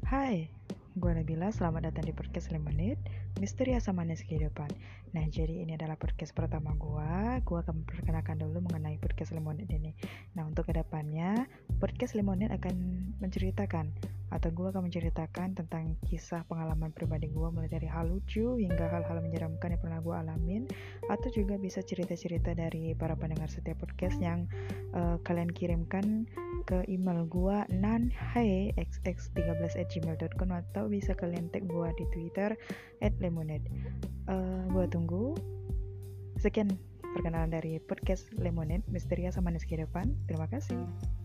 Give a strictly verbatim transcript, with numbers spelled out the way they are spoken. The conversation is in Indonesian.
Hai, gue Nabila, selamat datang di podcast Lemonade, Misteri Asam Manis Kehidupan. Nah, jadi ini adalah podcast pertama gue. Gue akan memperkenalkan dulu mengenai podcast Lemonade ini. Nah, untuk kedepannya, podcast Lemonade akan menceritakan atau gue akan menceritakan tentang kisah pengalaman pribadi gue, mulai dari hal lucu hingga hal-hal menyeramkan yang pernah gue alamin, atau juga bisa cerita-cerita dari para pendengar setiap podcast yang uh, kalian kirimkan ke email gua nanhae x x tiga belas at gmail dot com, atau bisa kalian tag gua di Twitter at lemonade. Uh, gua tunggu. Sekian perkenalan dari podcast Lemonade, Misteri Asam Manis Kehidupan. Terima kasih.